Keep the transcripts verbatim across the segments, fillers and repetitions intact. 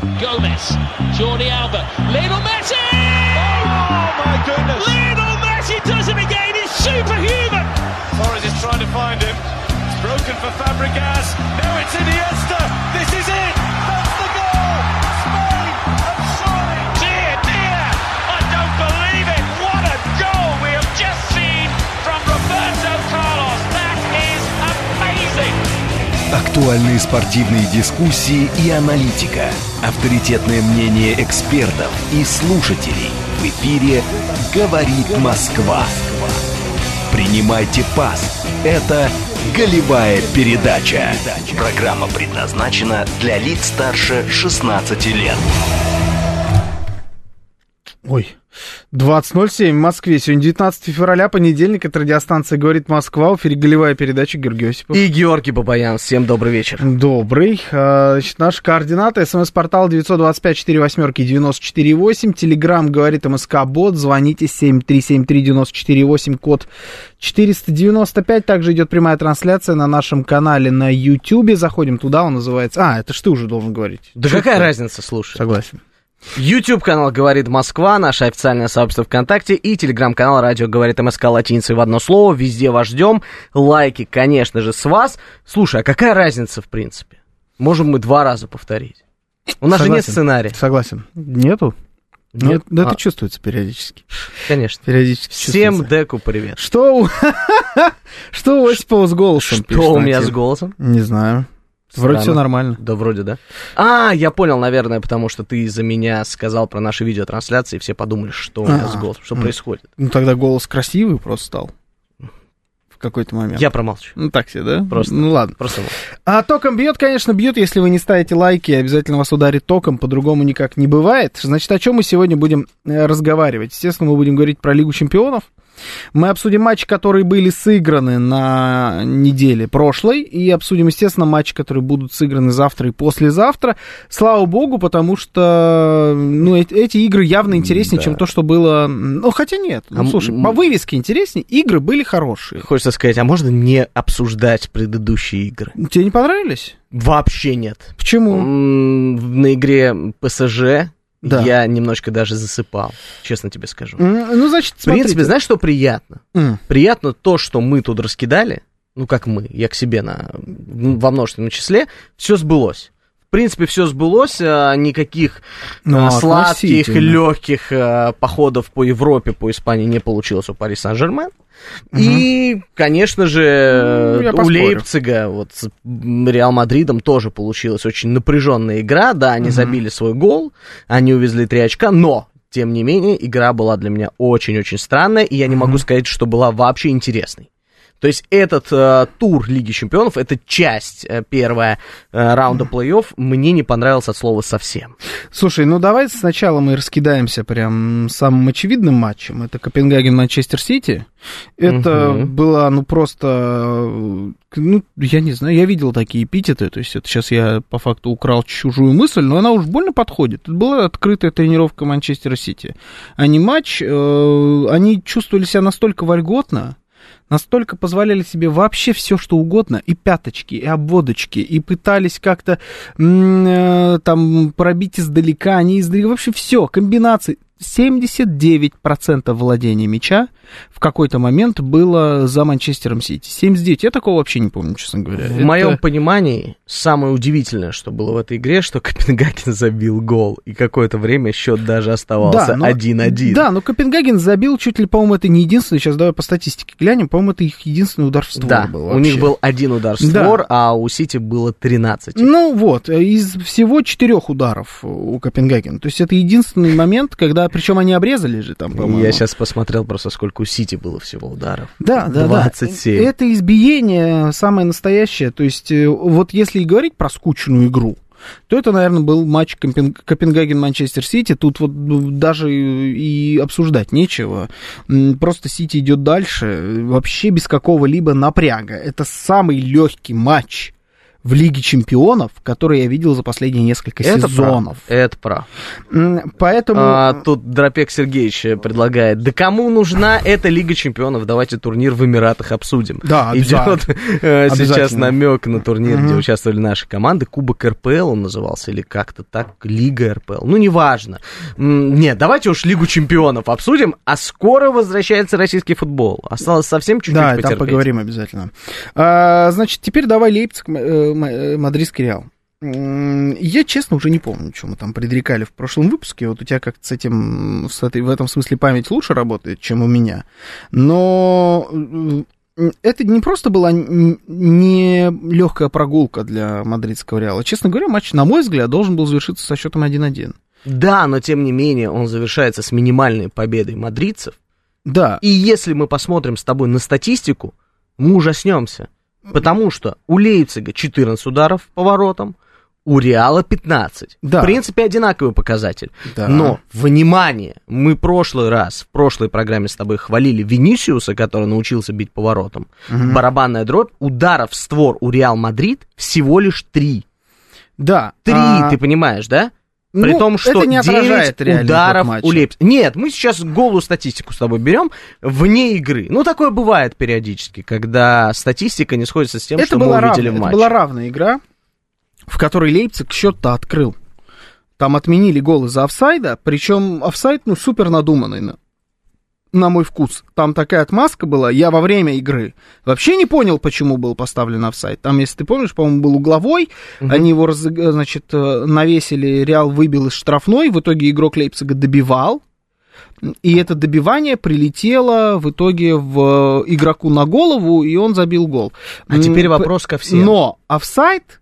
Gomez, Jordi Alba, Lionel Messi! Oh my goodness! Lionel Messi does it again, he's superhuman! Torres is trying to find him, it's broken for Fabregas, now it's Iniesta, this is it! That's the goal! Spain have surely! Dear, dear, I don't believe it! What a goal we have just seen from Roberto Carlos! That is amazing! Актуальные спортивные дискуссии и аналитика. Авторитетное мнение экспертов и слушателей. В эфире «Говорит Москва». Принимайте пас. Это «Голевая передача». Программа предназначена для лиц старше шестнадцати лет. Ой, двадцать ноль семь в Москве. Сегодня девятнадцатое февраля, понедельник. Это радиостанция «Говорит Москва». В эфире «Голевая передача». Георгий Осипов. И Георгий Бабаян. Всем добрый вечер. Добрый. Значит, наши координаты. СМС-портал девять два пять четыре восемь девяносто четыре восемь. Телеграм «Говорит МСК-бот». Звоните семь три семь три девяносто четыре восемь, код четыреста девяносто пять. Также идет прямая трансляция на нашем канале на Ютьюбе. Заходим туда, он называется... А, это ж ты уже должен говорить. Да Что какая это? разница, слушай. Согласен. YouTube-канал «Говорит Москва», наше официальное сообщество ВКонтакте и телеграм-канал «Радио говорит МСК» латиницей в одно слово. Везде вас ждем. Лайки, конечно же, с вас. Слушай, а какая разница, в принципе? Можем мы два раза повторить. У нас Согласен. же нет сценария. Согласен. Нету? Нет? Ну, это А. чувствуется периодически. Конечно. Периодически Всем чувствуется. Деку привет. Что у... Что у Осипова с голосом? Что пишет у на меня тему. с голосом? Не знаю. Вроде Странно. все нормально. Да, вроде, да. А, я понял, наверное, потому что ты из-за меня сказал про наши видеотрансляции, и все подумали, что у меня А, с голосом, что м. происходит. Ну, тогда голос красивый просто стал. В какой-то момент. Я промолчу. Ну, так себе, да? Просто. Ну, ладно. Просто молчу. А током бьет, конечно, бьет. Если вы не ставите лайки, обязательно вас ударит током. По-другому никак не бывает. Значит, о чем мы сегодня будем э, разговаривать? Естественно, мы будем говорить про Лигу чемпионов. Мы обсудим матчи, которые были сыграны на неделе прошлой, и обсудим, естественно, матчи, которые будут сыграны завтра и послезавтра. Слава богу, потому что ну, эти, эти игры явно интереснее, Да. чем то, что было... Ну, хотя нет. Ну, А слушай, м- по вывеске интереснее, игры были хорошие. Хочется сказать, а можно не обсуждать предыдущие игры? Тебе не понравились? Вообще нет. Почему? М, На игре ПСЖ Да. я немножко даже засыпал, честно тебе скажу. М, Ну, значит, В принципе, смотрите. знаешь, что приятно? М. Приятно то, что мы тут раскидали, ну, как мы, я к себе на, во множественном числе, все сбылось. В принципе, все сбылось, а, никаких Ну, а, сладких, относительно. легких а, походов по Европе, по Испании не получилось у Пари Сен-Жермен. И, конечно же, Ну, я у поспорю. Лейпцига вот, с м, Реал Мадридом тоже получилась очень напряженная игра. Да, они Мгм. забили свой гол, они увезли три очка, но, тем не менее, игра была для меня очень-очень странная, и я не могу сказать, что была вообще интересной. То есть этот э, тур Лиги Чемпионов, эта часть э, первая э, раунда плей-офф, мне не понравилась от слова совсем. Слушай, ну давай сначала мы раскидаемся прям самым очевидным матчем. Это Копенгаген-Манчестер Сити. Это Мгм. было, ну, просто... Ну, я не знаю, я видел такие эпитеты. То есть это сейчас я по факту украл чужую мысль, но она уж больно подходит. Это была открытая тренировка Манчестера Сити. А не матч. Э, они чувствовали себя настолько вольготно, настолько позволяли себе вообще все, что угодно, и пяточки, и обводочки, и пытались как-то м, э, там пробить издалека, они издалека, вообще все, комбинации. семьдесят девять процентов владения мяча в какой-то момент было за Манчестером Сити. семьдесят девять, я такого вообще не помню, честно говоря. В Это- моем понимании, самое удивительное, что было в этой игре, что Копенгаген забил гол, и какое-то время счет даже оставался но- один-один. Да, но Копенгаген забил чуть ли, по-моему, это не единственный, сейчас давай по статистике глянем, по-моему, это их единственный удар в створ Да, был у вообще. них был один удар в Да. створ, а у Сити было тринадцать. Ну вот, из всего четырех ударов у Копенгагена. То есть это единственный момент, когда, причем они обрезали же там, по-моему. Я сейчас посмотрел просто, сколько у Сити было всего ударов. Да, да, двадцать семь. да. Это избиение самое настоящее. То есть э, вот если и говорить про скучную игру, то это, наверное, был матч Копен- Копенгаген-Манчестер Сити. Тут вот ну, даже и обсуждать нечего. М, Просто Сити идет дальше, вообще без какого-либо напряга. Это самый легкий матч в Лиге Чемпионов, которые я видел за последние несколько это сезонов. Прав. Это прав. Поэтому... А, тут Дропек Сергеевич предлагает, да кому нужна эта Лига Чемпионов? Давайте турнир в Эмиратах обсудим. Да, идет э, сейчас намек на турнир, угу. где участвовали наши команды. Кубок эр пэ эл он назывался, или как-то так, Лига эр пэ эл. Ну, неважно. Нет, давайте уж Лигу Чемпионов обсудим, а скоро возвращается российский футбол. Осталось совсем чуть-чуть да, потерпеть. Да, там поговорим обязательно. А, значит, теперь давай Лейпциг, Мадридский Реал. Я, честно, уже не помню, что мы там предрекали в прошлом выпуске. Вот у тебя как-то с этим, с этой, в этом смысле память лучше работает, чем у меня. Но это не просто была не легкая прогулка для мадридского Реала. Честно говоря, матч, на мой взгляд, должен был завершиться со счетом один один. Да, но тем не менее он завершается с минимальной победой мадридцев. Да. И если мы посмотрим с тобой на статистику, мы ужаснемся. Потому что у Лейпцига четырнадцать ударов по воротам, у Реала пятнадцать. Да. В принципе, одинаковый показатель. Да. Но, внимание, мы в прошлый раз, в прошлой программе с тобой хвалили Винисиуса, который научился бить по воротам. Угу. Барабанная дробь, ударов в створ у Реал Мадрид всего лишь три. Да. Три, а... ты понимаешь, да? При ну, том, что девять ударов у Лейпцига. Нет, мы сейчас голую статистику с тобой берем вне игры. Ну, такое бывает периодически, когда статистика не сходится с тем, это что мы увидели равная, в матче. Это была равная игра, в которой Лейпциг счет-то открыл. Там отменили гол из-за офсайда, причем офсайд, ну, супер надуманный, на, на мой вкус. Там такая отмазка была, я во время игры вообще не понял, почему был поставлен офсайд. Там, если ты помнишь, по-моему, был угловой, угу. Они его, раз, значит, навесили, Реал выбил из штрафной, в итоге игрок Лейпцига добивал, и это добивание прилетело в итоге в игроку на голову, и он забил гол. А теперь вопрос ко всем. Но офсайд,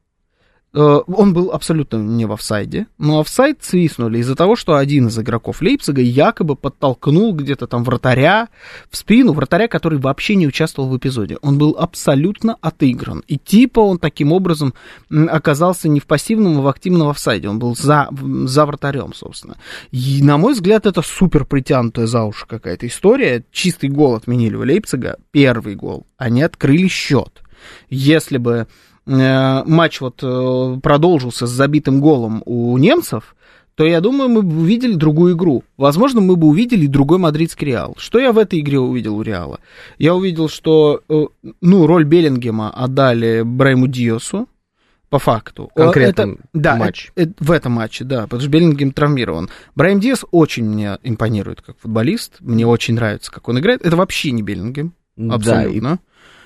он был абсолютно не в офсайде, но офсайд свистнули из-за того, что один из игроков Лейпцига якобы подтолкнул где-то там вратаря в спину, вратаря, который вообще не участвовал в эпизоде. Он был абсолютно отыгран. И типа он таким образом оказался не в пассивном, а в активном офсайде. Он был за, за вратарем, собственно. И, на мой взгляд, это супер притянутая за уши какая-то история. Чистый гол отменили у Лейпцига, первый гол. Они открыли счет. Если бы матч вот продолжился с забитым голом у немцев, то, я думаю, мы бы увидели другую игру. Возможно, мы бы увидели другой мадридский Реал. Что я в этой игре увидел у Реала? Я увидел, что, ну, роль Беллингема отдали Брейму Диасу, по факту. Конкретно да, матч. Это, это, в этом матче, да, потому что Беллингем травмирован. Брейм Диас очень мне импонирует как футболист, мне очень нравится, как он играет. Это вообще не Беллингем, абсолютно. Да, и...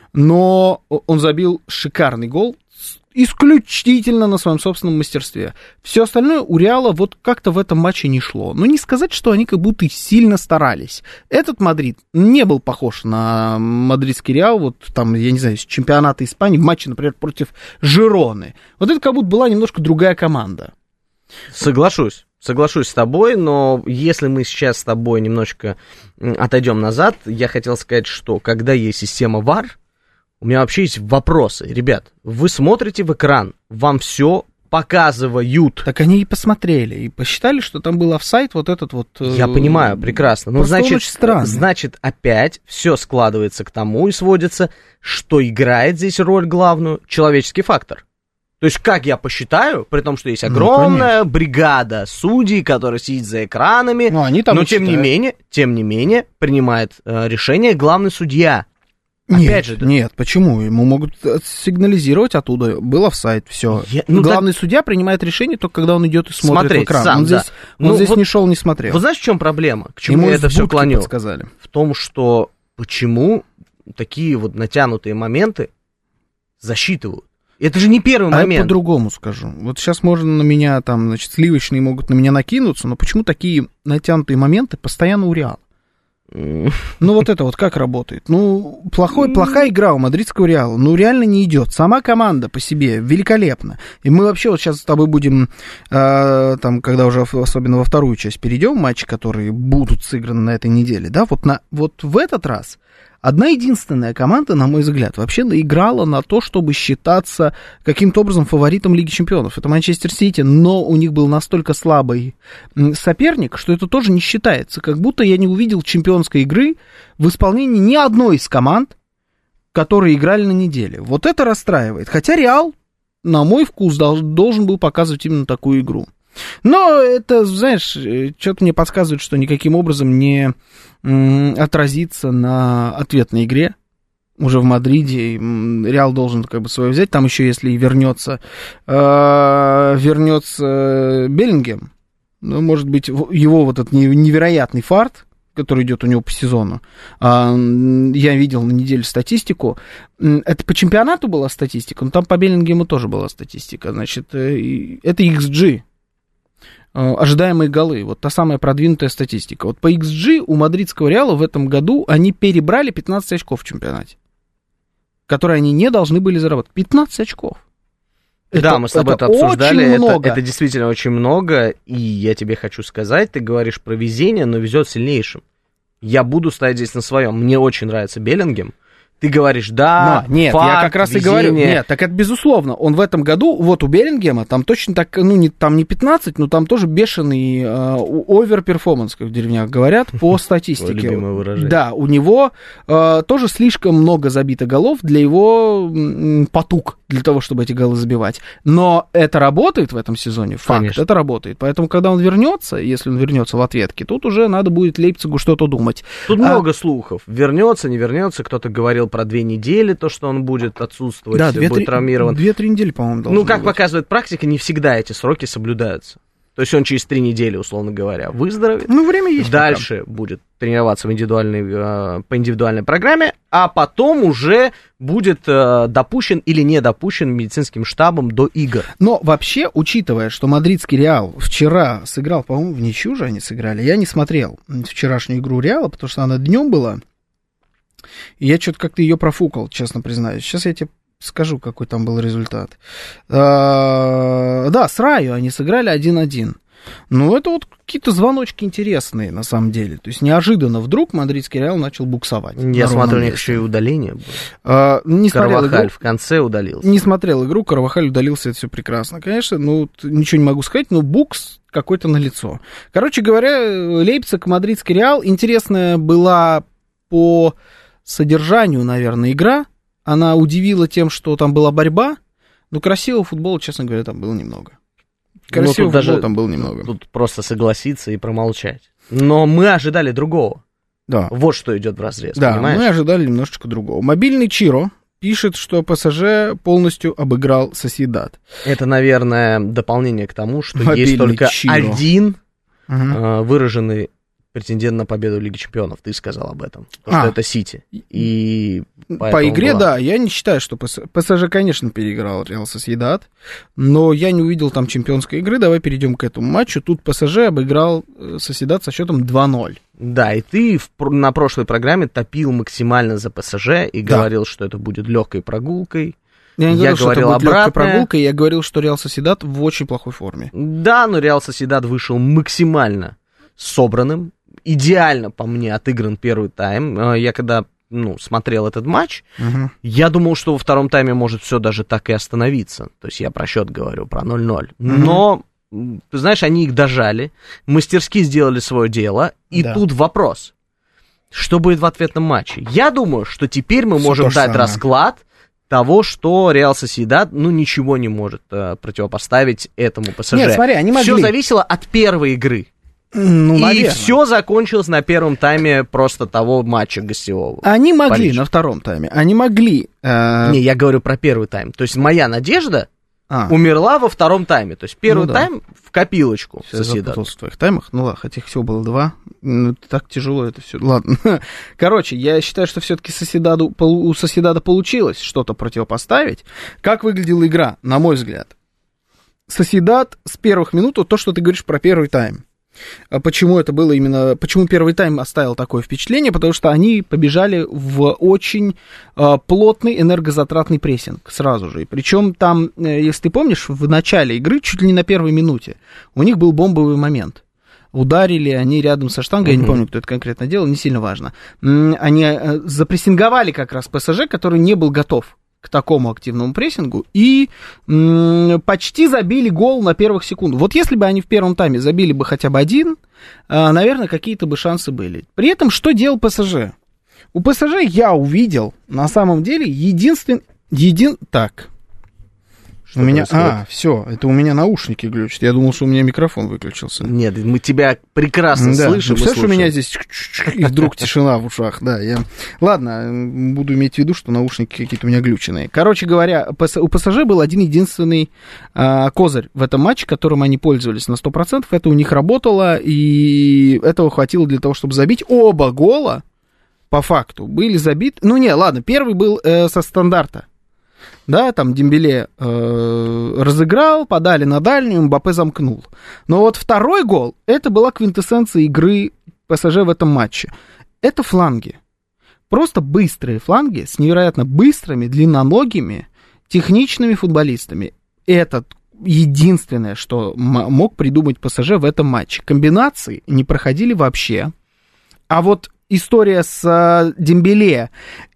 Но он забил шикарный гол, исключительно на своем собственном мастерстве. Все остальное у Реала вот как-то в этом матче не шло. Но не сказать, что они как будто сильно старались. Этот Мадрид не был похож на мадридский Реал, вот там, я не знаю, с чемпионата Испании, в матче, например, против Жироны. Вот это как будто была немножко другая команда. Соглашусь. Соглашусь с тобой, но если мы сейчас с тобой немножко отойдем назад, я хотел сказать, что когда есть система ВАР, у меня вообще есть вопросы. Ребят, вы смотрите в экран, вам все показывают. Так они и посмотрели, и посчитали, что там был офсайд вот этот вот... Я э- понимаю, прекрасно. Ну, значит, значит, опять все складывается к тому и сводится, что играет здесь роль главную человеческий фактор. То есть, как я посчитаю, при том, что есть огромная ну, бригада судей, которые сидят за экранами, ну, они там но тем не менее, тем не менее, принимает э, решение главный судья. Нет, Опять же, да. нет, почему? Ему могут сигнализировать оттуда, был офсайд, все. Я, ну, главный да... судья принимает решение только когда он идет и смотрит Смотреть в экран. Сам, он да. здесь, он ну, здесь вот, не шел, не смотрел. Вы знаете, в чем проблема? К чему Ему я это все клоню? Подсказали. В том, что почему такие вот натянутые моменты засчитывают. Это же не первый а момент. Я по-другому скажу. Вот сейчас можно на меня, там, значит, сливочные могут на меня накинуться, но почему такие натянутые моменты постоянно у Реала? Ну, вот это вот как работает? Ну, плохой, плохая игра у мадридского Реала, ну, реально не идет. Сама команда по себе великолепна. И мы вообще вот сейчас с тобой будем, э, там, когда уже особенно во вторую часть перейдем, матчи, которые будут сыграны на этой неделе, да, вот, на, вот в этот раз одна единственная команда, на мой взгляд, вообще играла на то, чтобы считаться каким-то образом фаворитом Лиги Чемпионов. Это Манчестер Сити, но у них был настолько слабый соперник, что это тоже не считается. Как будто я не увидел чемпионской игры в исполнении ни одной из команд, которые играли на неделе. Вот это расстраивает. Хотя Реал на мой вкус, должен был показывать именно такую игру. Но это, знаешь, что-то мне подсказывает, что никаким образом не м, отразится на ответной игре. Уже в Мадриде Реал должен как бы свое взять. Там еще, если вернется, э, вернется Беллингем, ну, может быть, его вот этот невероятный фарт, который идет у него по сезону. Я видел на неделе статистику. Это по чемпионату была статистика, но там по Беллингему тоже была статистика. Значит, это икс джи. Ожидаемые голы. Вот та самая продвинутая статистика. Вот по икс джи у мадридского Реала в этом году они перебрали пятнадцать очков в чемпионате, которые они не должны были заработать. пятнадцать очков. Это, да, мы с тобой это обсуждали, это, это действительно очень много, и я тебе хочу сказать, ты говоришь про везение, но везет сильнейшим. Я буду стоять здесь на своем, мне очень нравится Беллингем. Ты говоришь, да, но, нет, факт, я как раз везение. И говорю, нет, так это безусловно, он в этом году, вот у Беллингема, там точно так, ну, не, там не пятнадцать, но там тоже бешеный э, овер-перформанс, как в деревнях говорят, по статистике. Твое любимое выражение. Да, у него э, тоже слишком много забито голов для его м, потуг, для того, чтобы эти голы забивать. Но это работает в этом сезоне, факт, Конечно. Это работает. Поэтому, когда он вернется, если он вернется в ответке, тут уже надо будет Лейпцигу что-то думать. Тут а, много слухов. Вернется, не вернется, кто-то говорил про две недели, то, что он будет отсутствовать, да, будет две, травмирован. Две-три недели, по-моему, должно Ну, как быть. показывает практика, не всегда эти сроки соблюдаются. То есть он через три недели, условно говоря, выздоровеет. Ну, время есть. Дальше пока. Будет тренироваться в индивидуальной, по индивидуальной программе, а потом уже будет допущен или не допущен медицинским штабом до игр. Но вообще, учитывая, что мадридский Реал вчера сыграл, по-моему, в ничью же они сыграли, я не смотрел вчерашнюю игру Реала, потому что она днем была, и я что-то как-то ее профукал, честно признаюсь. Сейчас я тебе скажу, какой там был результат. А, да, с Райо они сыграли один-один. Ну, это вот какие-то звоночки интересные, на самом деле. То есть, неожиданно вдруг мадридский Реал начал буксовать. Я смотрю, у них еще и удаление было. А, не Карвахаль в конце удалился. Не смотрел игру, Карвахаль удалился, это все прекрасно. Конечно, ну, ничего не могу сказать, но букс какой-то налицо. Короче говоря, Лейпциг, мадридский Реал. Интересная была по содержанию, наверное, игра. Она удивила тем, что там была борьба, но красивого футбола, честно говоря, там было немного. Красивого футбола даже там было немного. Тут просто согласиться и промолчать. Но мы ожидали другого. Да. Вот что идет вразрез, да, понимаешь? мы ожидали немножечко другого. Мобильный Чиро пишет, что ПСЖ полностью обыграл Сосьедад. Это, наверное, дополнение к тому, что Мобильный есть только Чиро. один угу. э, выраженный претендент на победу в Лиге Чемпионов. Ты сказал об этом. А. Что это Сити. И по игре, была... да, я не считаю, что ПС... ПСЖ, конечно, переиграл Реал Сосьедад, но я не увидел там чемпионской игры. Давай перейдем к этому матчу. Тут ПСЖ обыграл Сосьедад со счетом два ноль. Да, и ты в, на прошлой программе топил максимально за ПСЖ и да. говорил, что это будет легкой прогулкой. Я не говорил, я говорил что это будет обратное. легкой прогулкой, я говорил, что Реал Сосьедад в очень плохой форме. Да, но Реал Сосьедад вышел максимально собранным. Идеально, по мне, отыгран первый тайм. Я когда ну, смотрел этот матч, угу. я думал, что во втором тайме может все даже так и остановиться. То есть я про счет говорю, про ноль ноль. Угу. Но, ты знаешь, они их дожали, мастерски сделали свое дело. И да. тут вопрос, что будет в ответном матче? Я думаю, что теперь мы все можем дать самое. расклад того, что Реал Сосьедад, ну, ничего не может э, противопоставить этому ПСЖ. Нет, смотри, они могли. Все зависело от первой игры. Ну, и наверное. все закончилось на первом тайме просто того матча гостевого. Они могли Париж. На втором тайме. Они могли... Э... Не, я говорю про первый тайм. То есть моя надежда а. умерла во втором тайме. То есть первый ну, да. тайм в копилочку. Я запутался в твоих таймах. Ну ладно, хотя их всего было два. Ну, так тяжело это все. Ладно. Короче, я считаю, что все-таки Сосьедаду, у Сосьедада получилось что-то противопоставить. Как выглядела игра, на мой взгляд? Сосьедад с первых минут, вот то, что ты говоришь про первый тайм. Почему это было именно... Почему первый тайм оставил такое впечатление? Потому что они побежали в очень э, плотный энергозатратный прессинг сразу же. И причем там, э, если ты помнишь, в начале игры, чуть ли не на первой минуте, у них был бомбовый момент. Ударили они рядом со штангой, uh-huh. я не помню, кто это конкретно делал, не сильно важно. Они э, запрессинговали как раз ПСЖ, который не был готов к такому активному прессингу, и м- почти забили гол на первых секундах. Вот если бы они в первом тайме забили бы хотя бы один, э, наверное, какие-то бы шансы были. При этом, что делал ПСЖ? У ПСЖ я увидел, на самом деле, единственный... Един... Так. Что у меня, происходит? а, все, это у меня наушники глючат. Я думал, что у меня микрофон выключился. Нет, мы тебя прекрасно да. слышим. Ну, представляешь, у меня здесь и вдруг тишина в ушах, да. Я... Ладно, буду иметь в виду, что наушники какие-то у меня глюченные. Короче говоря, у ПСЖ был один единственный а, козырь в этом матче, которым они пользовались на сто процентов. Это у них работало, и этого хватило для того, чтобы забить оба гола. По факту были забиты. Ну не, ладно, первый был э, со стандарта. Да, там Дембеле э, разыграл, подали на дальнюю, Мбаппе замкнул. Но вот второй гол, это была квинтэссенция игры ПСЖ в этом матче. Это фланги. Просто быстрые фланги с невероятно быстрыми, длинноногими, техничными футболистами. Это единственное, что м- мог придумать ПСЖ в этом матче. Комбинации не проходили вообще. А вот история с э, Дембеле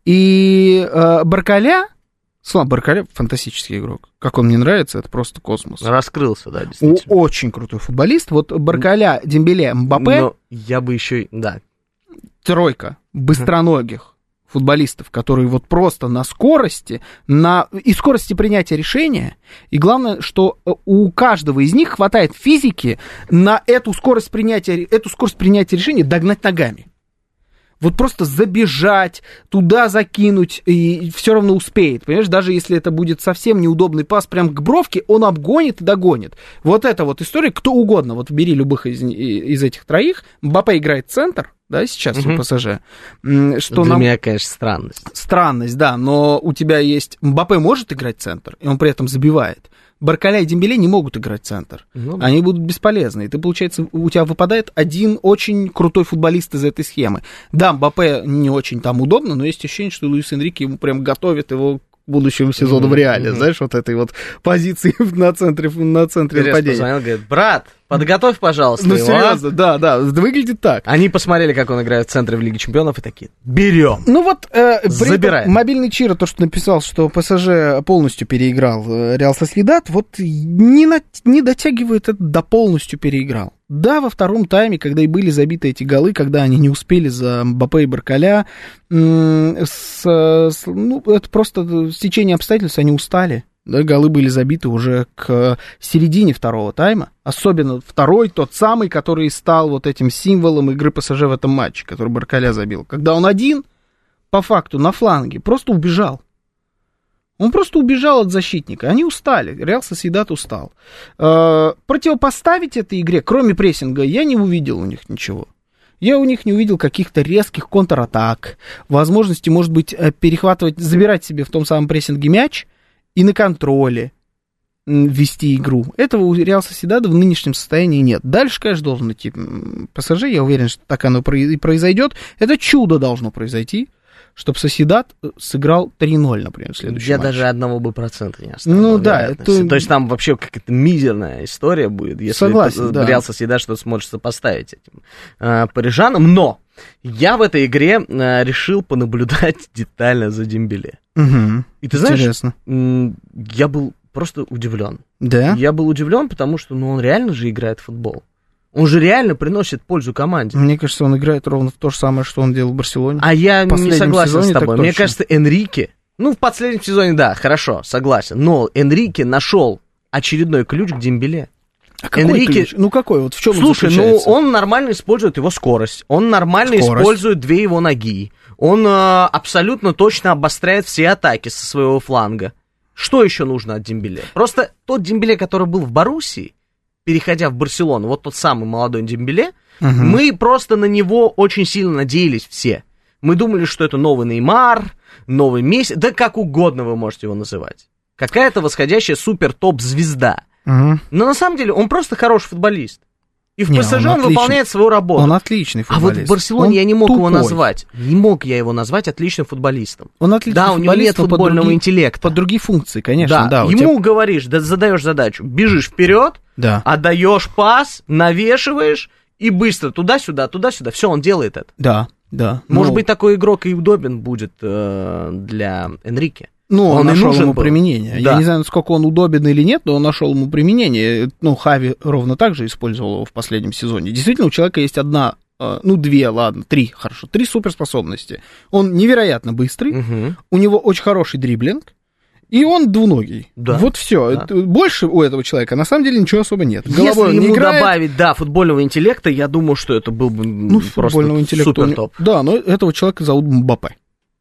и э, Баркаля, Слава Баркаля фантастический игрок. Как он мне нравится, это просто космос. Раскрылся, да, действительно. О, очень крутой футболист. Вот Баркаля, Дембеле, Мбаппе. Но я бы еще, да. Тройка быстроногих футболистов, которые вот просто на скорости, на и скорости принятия решения, и главное, что у каждого из них хватает физики на эту скорость принятия, эту скорость принятия решения догнать ногами. Вот просто забежать, туда закинуть, и все равно успеет. Понимаешь, даже если это будет совсем неудобный пас прям к бровке, он обгонит и догонит. Вот эта вот история, кто угодно, вот бери любых из, из этих троих. Мбаппе играет центр, да, сейчас угу. у ПСЖ. Что Для нам... меня, конечно, странность. Странность, да, но у тебя есть... Мбаппе может играть центр, и он при этом забивает. Баркаля и Дембеле не могут играть центр. Ну, они будут бесполезны. И ты, получается, у тебя выпадает один очень крутой футболист из этой схемы. Да, Мбаппе не очень там удобно, но есть ощущение, что Луис Энрике ему прям готовит его к будущему сезону mm-hmm. в Реале. Mm-hmm. Знаешь, вот этой вот позиции на центре, на центре нападения. Позвонил, говорит, брат, подготовь, пожалуйста, ну, его. серьезно, да, да, выглядит так. Они посмотрели, как он играет в центре в Лиге Чемпионов, и такие, берем. Ну вот, э, забираем. Мобильный Чиро, то, что написал, что ПСЖ полностью переиграл Реал Соседат, вот не, на, не дотягивает это до полностью переиграл. Да, во втором тайме, когда и были забиты эти голы, когда они не успели за Мбаппе и Баркаля, с, с, ну, это просто стечение обстоятельств, они устали. Да, голы были забиты уже к середине второго тайма. Особенно второй, тот самый, который стал вот этим символом игры ПСЖ в этом матче, который Баркаля забил. Когда он один, по факту, на фланге, просто убежал. Он просто убежал от защитника. Они устали. Реал Соседат устал. Э, противопоставить этой игре, кроме прессинга, я не увидел у них ничего. Я у них не увидел каких-то резких контратак, возможности, может быть, перехватывать, забирать себе в том самом прессинге мяч и на контроле вести игру. Этого у Реал Соседада в нынешнем состоянии нет. Дальше, конечно, должен идти ПСЖ. Я уверен, что так оно и произойдет. Это чудо должно произойти, чтобы Соседат сыграл три ноль, например, в следующем Я матче. даже одного бы процента не оставил. Ну да, это... То есть там вообще какая-то мизерная история будет, если Согласен, да. Реал Соседат что-то сможет сопоставить этим э, парижанам. Но я в этой игре э, решил понаблюдать детально за Дембеле. Угу. И ты знаешь, интересно. М- я был просто удивлен. Да? Я был удивлен, потому что ну, он реально же играет в футбол. Он же реально приносит пользу команде. Мне кажется, он играет ровно в то же самое, что он делал в Барселоне. А я не согласен с тобой. Мне точно. кажется, Энрике... Ну, в последнем сезоне, да, хорошо, согласен. Но Энрике нашел очередной ключ к Дембеле. А какой Энрике... ключ? Ну какой? Вот в чем Слушай, он заключается? Ну он нормально использует его скорость. Он нормально скорость. использует две его ноги. Он э, абсолютно точно обостряет все атаки со своего фланга. Что еще нужно от Дембеле? Просто тот Дембеле, который был в Боруссии, переходя в Барселону, вот тот самый молодой Дембеле, угу. мы просто на него очень сильно надеялись все. Мы думали, что это новый Неймар, новый Месси, да как угодно вы можете его называть. Какая-то восходящая супер-топ-звезда. Угу. Но на самом деле он просто хороший футболист. И в ПСЖ он, он выполняет свою работу. Он отличный футболист. А вот в Барселоне он я не мог тупой. его назвать. Не мог я его назвать отличным футболистом. Он отличный да, футболист, у него нет футбольного другие, интеллекта. Под другие функции, конечно. Да, да ему тебя... говоришь, да, задаешь задачу, бежишь вперед, да. отдаешь пас, навешиваешь и быстро туда-сюда, туда-сюда. Все, он делает это. Да, да. Может ну... быть, такой игрок и удобен будет э, для Энрике. Ну, он, он нашел ему был. применение. Да. Я не знаю, насколько он удобен или нет, но он нашел ему применение. Ну, Хави ровно так же использовал его в последнем сезоне. Действительно, у человека есть одна, ну, две, ладно, три, хорошо, три суперспособности. Он невероятно быстрый, угу. у него очень хороший дриблинг, И он двуногий. Да. Вот все. Да. Больше у этого человека на самом деле ничего особо нет. Если Головой он ему не играет. добавить, да, футбольного интеллекта, я думаю, что это был бы Ну, футбольного просто интеллекта. супер топ. Да, но этого человека зовут Мбаппе.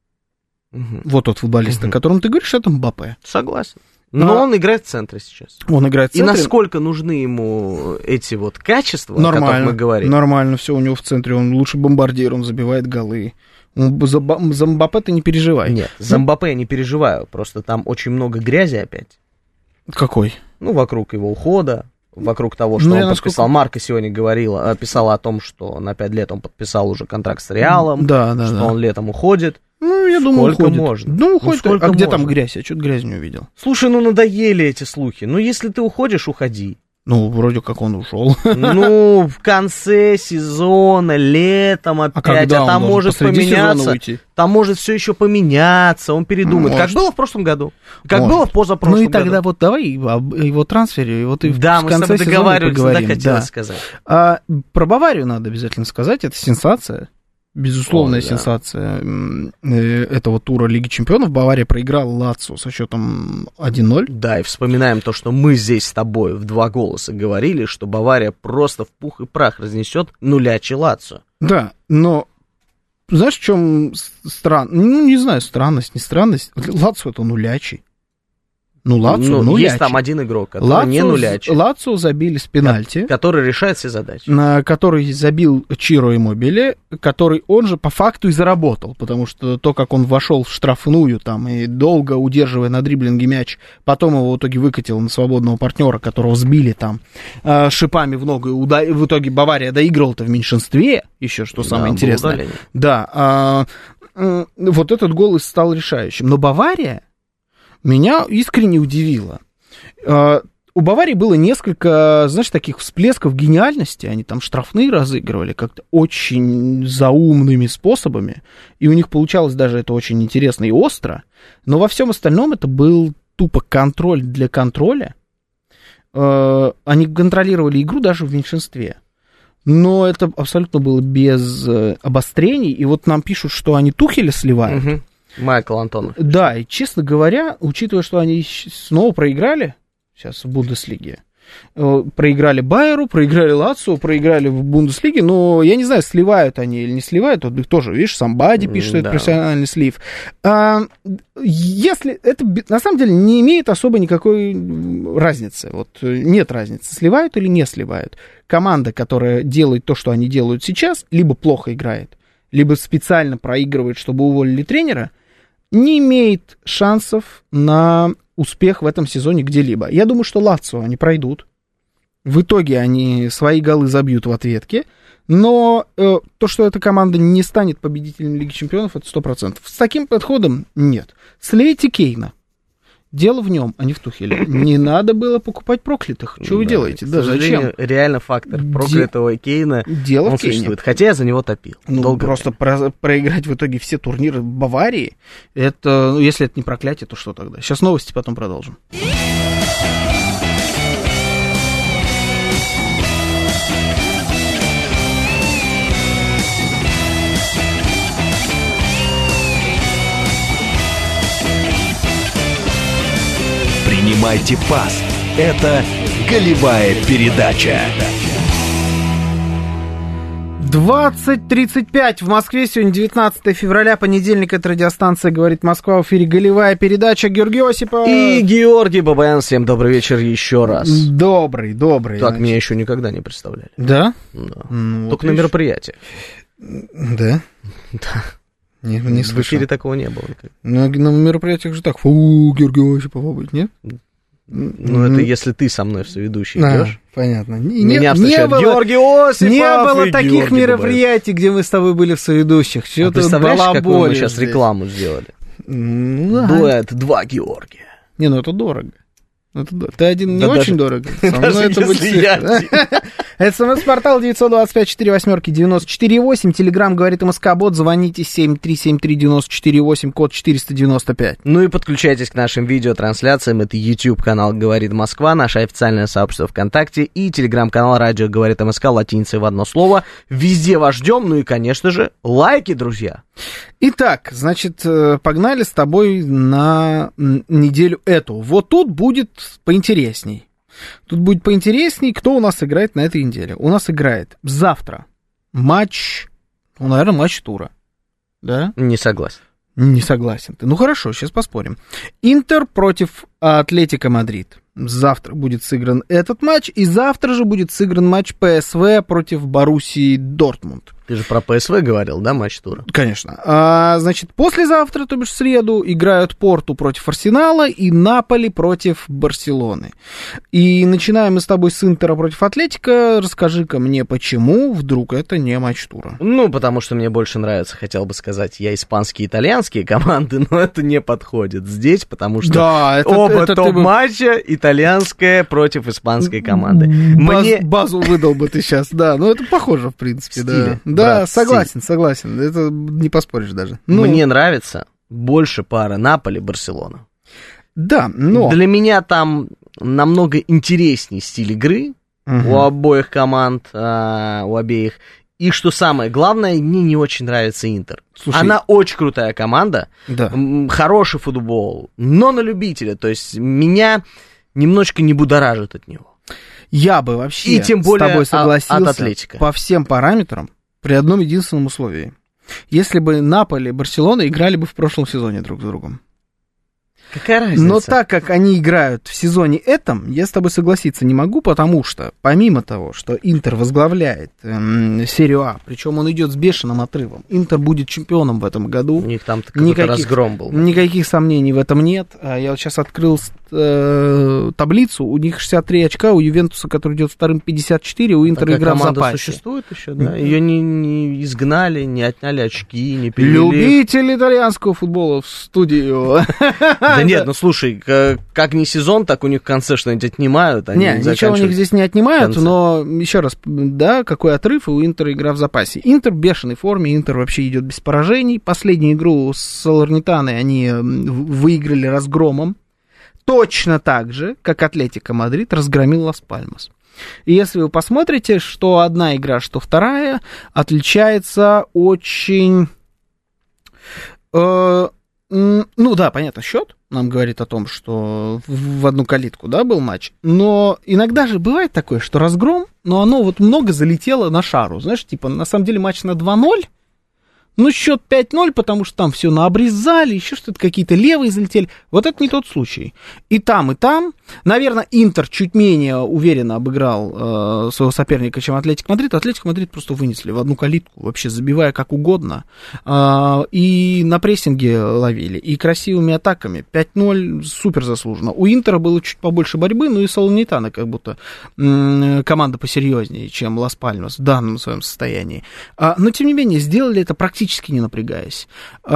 Угу. Вот тот футболист, Угу. о котором ты говоришь, это Мбаппе. Согласен. Но А... он играет в центре сейчас. Он играет в И центре. насколько нужны ему эти вот качества, Нормально, о которых мы говорим? Нормально, все у него в центре. Он лучший бомбардир, он забивает голы. Он, за, за Мбаппе ты не переживай. Нет, за Мбаппе я не переживаю. Просто там очень много грязи опять. Какой? Ну, вокруг его ухода, вокруг того, что Ну, он я подписал. насколько... Марка сегодня говорила, писала о том, что на пять лет он подписал уже контракт с Реалом, да, да, что да. он летом уходит. Ну, я Сколько думаю, уходит. можно? Ну, уходит. Ну, сколько а где можно? там грязь? Я что-то грязь не увидел. Слушай, ну надоели эти слухи. Ну, если ты уходишь, уходи. Ну, вроде как он ушел. Ну, в конце сезона, летом опять, а, когда а там он может поменяться. уйти? Там может все еще поменяться, он передумает. Может. Как было в прошлом году, как Может. было в позапрошлом Ну и тогда году. вот давай об его трансфере, вот и Да, в мы с конце тобой сезона договаривались, да, поговорим. хотелось Да. сказать. А про Баварию надо обязательно сказать, это сенсация. Безусловная Ой, да. сенсация этого тура Лиги Чемпионов. Бавария проиграла Лацио со счетом один ноль. Да, и вспоминаем то, что мы здесь с тобой в два голоса говорили, что Бавария просто в пух и прах разнесет нулячий Лацио. Да, но знаешь, в чем странность? Ну, не знаю, странность, не странность. Лацио это нулячий. Ну, Лацио Ну, нулячий. есть там один игрок, который Лацио, не нулячий, Лацио забили с пенальти. который решает все задачи. На который забил Чиро Иммобиле, который он же по факту и заработал, потому что то, как он вошел в штрафную там и долго удерживая на дриблинге мяч, потом его в итоге выкатил на свободного партнера, которого сбили там э, шипами в ногу, и уда- в итоге Бавария доиграла-то в меньшинстве, еще что самое Да, интересное. было удаление. Да, а, м, вот этот гол и стал решающим. Но Бавария меня искренне удивила. А, у Баварии было несколько, знаешь, таких всплесков гениальности. Они там штрафные разыгрывали как-то очень заумными способами. И у них получалось даже это очень интересно и остро. Но во всем остальном это был тупо контроль для контроля. А, они контролировали игру даже в меньшинстве. Но это абсолютно было без обострений. И вот нам пишут, что они Тухеля сливают. Угу. Майкл Антонов. Да, и, честно говоря, учитывая, что они снова проиграли сейчас в Бундеслиге, проиграли Байеру, проиграли Лацио, проиграли в Бундеслиге, но я не знаю, сливают они или не сливают, вот их тоже, видишь, Самбади пишет, что это Да. профессиональный слив. А, если это, на самом деле, не имеет особо никакой разницы, вот нет разницы, сливают или не сливают. Команда, которая делает то, что они делают сейчас, либо плохо играет, либо специально проигрывает, чтобы уволили тренера, не имеет шансов на успех в этом сезоне где-либо. Я думаю, что Лацио они пройдут. В итоге они свои голы забьют в ответке. Но э, то, что эта команда не станет победителем Лиги Чемпионов, это сто процентов. С таким подходом нет. Слейте Кейна. Дело в нем, а не в Тухеле. Не надо было покупать проклятых. Что вы Да, делаете? к Да, зачем? сожалению, реально фактор проклятого Де... Кейна Дело он в Кейне. существует. Хотя я за него топил. Ну, Долго просто про- проиграть в итоге все турниры в Баварии, это, ну, если это не проклятие, то что тогда? Сейчас новости, потом продолжим. Принимайте пас. Это голевая передача. двадцать тридцать пять в Москве, сегодня девятнадцатое февраля, понедельник, это радиостанция «Говорит Москва», в эфире голевая передача, Георгий Осипов. И Георгий Бабаян, всем добрый вечер еще раз. Добрый, добрый. Так значит. меня еще никогда не представляли. Да? Да. Ну, Только вот на видишь. мероприятии. Да? Да. Не, не В слышал. эфире такого не было никогда. На, на мероприятиях же так, фу, Георгий Осипов быть, нет? Ну, это если ты со мной в соведущий А, идешь. понятно. Не, Меня не встречают было, Георгий Осипов не было и таких Георгий мероприятий, где мы с тобой были в соведущих. Бабаев. Чего А ты представляешь, какую мы балаболишь сейчас здесь? рекламу сделали? Ну, да. Дуэт два Георгия. Не, ну это дорого. Это дорого. Ты один не Да очень даже- дорого. Со мной Даже это будет если я слегка. один. СМС-портал девятьсот двадцать пять сорок восемь девяносто четыре восемь. Телеграм говорит МСК-бот. Звоните семь три семь три девять четыре восемь, код четыреста девяносто пять. Ну и подключайтесь к нашим видеотрансляциям. Это YouTube-канал «Говорит Москва», наше официальное сообщество ВКонтакте и телеграм-канал «Радио говорит МСК» латиницей в одно слово. Везде вас ждем. Ну и, конечно же, лайки, друзья. Итак, значит, погнали с тобой на неделю эту. Вот тут будет поинтересней. Тут будет поинтересней, кто у нас играет на этой неделе. У нас играет завтра матч, ну, наверное, матч тура. Да? Не согласен. Не согласен ты. Ну, хорошо, сейчас поспорим. Интер против Атлетико Мадрид. Завтра будет сыгран этот матч, и завтра же будет сыгран матч ПСВ против Боруссии Дортмунд. Ты же про ПСВ говорил, да, матч тура? Конечно. А, значит, послезавтра, то бишь в среду, играют Порту против Арсенала и Наполи против Барселоны. И начинаем мы с тобой с Интера против Атлетико. Расскажи-ка мне, почему вдруг это не матч тура? Ну, потому что мне больше нравится, хотел бы сказать, я испанские и итальянские команды, но это не подходит здесь, потому что да, это, оба это топ-матча бы... итальянская против испанской команды. Баз, мне... Базу выдал бы ты сейчас, да, ну это похоже, в принципе, да. Да, брат, согласен, стиль. согласен, это не поспоришь даже. Ну, мне нравится больше пара Наполи-Барселона. Да, но... Для меня там намного интереснее стиль игры угу. у обоих команд, а, у обеих. И что самое главное, мне не очень нравится Интер. Слушай, она очень крутая команда, да. хороший футбол, но на любителя. То есть меня немножечко не будоражит от него. Я бы вообще и тем более с тобой согласился от Атлетико. По всем параметрам при одном единственном условии. Если бы Наполи и Барселона играли бы в прошлом сезоне друг с другом. Какая разница? Но так как они играют в сезоне этом, я с тобой согласиться не могу, потому что, помимо того, что Интер возглавляет эм, серию А, причем он идет с бешеным отрывом, Интер будет чемпионом в этом году. У них там какой-то разгром был. Никаких сомнений в этом нет. Я вот сейчас открыл э, таблицу, у них шестьдесят три очка, у Ювентуса, который идет вторым, пятьдесят четыре, у Интера игра в запасе. Команда существует еще, да? Ее не, не изгнали, не отняли очки, не перевели. Любитель итальянского футбола в студию. Да нет, ну слушай, как не сезон, так у них в конце что-нибудь отнимают. Они нет, ничего у них здесь не отнимают, но еще раз, да, какой отрыв, и у Интера игра в запасе. Интер в бешеной форме, Интер вообще идет без поражений. Последнюю игру с Салернитаной они выиграли разгромом. Точно так же, как Атлетико Мадрид разгромил Лас-Пальмас. И если вы посмотрите, что одна игра, что вторая, отличается очень... Э, ну да, понятно, счет нам говорит о том, что в одну калитку, да, был матч, но иногда же бывает такое, что разгром, но оно вот много залетело на шару, знаешь, типа, на самом деле матч на два ноль, ну, счет пять ноль, потому что там все наобрезали, еще что-то, какие-то левые залетели. Вот это не тот случай. И там, и там. Наверное, Интер чуть менее уверенно обыграл э, своего соперника, чем Атлетико Мадрид. Атлетико Мадрид просто вынесли в одну калитку, вообще забивая как угодно. Э, и на прессинге ловили, и красивыми атаками. пять ноль супер заслуженно. У Интера было чуть побольше борьбы, ну и Салернитана как будто э, команда посерьезнее, чем Лас-Пальмас в данном своем состоянии. Э, но, тем не менее, сделали это практически не напрягаясь.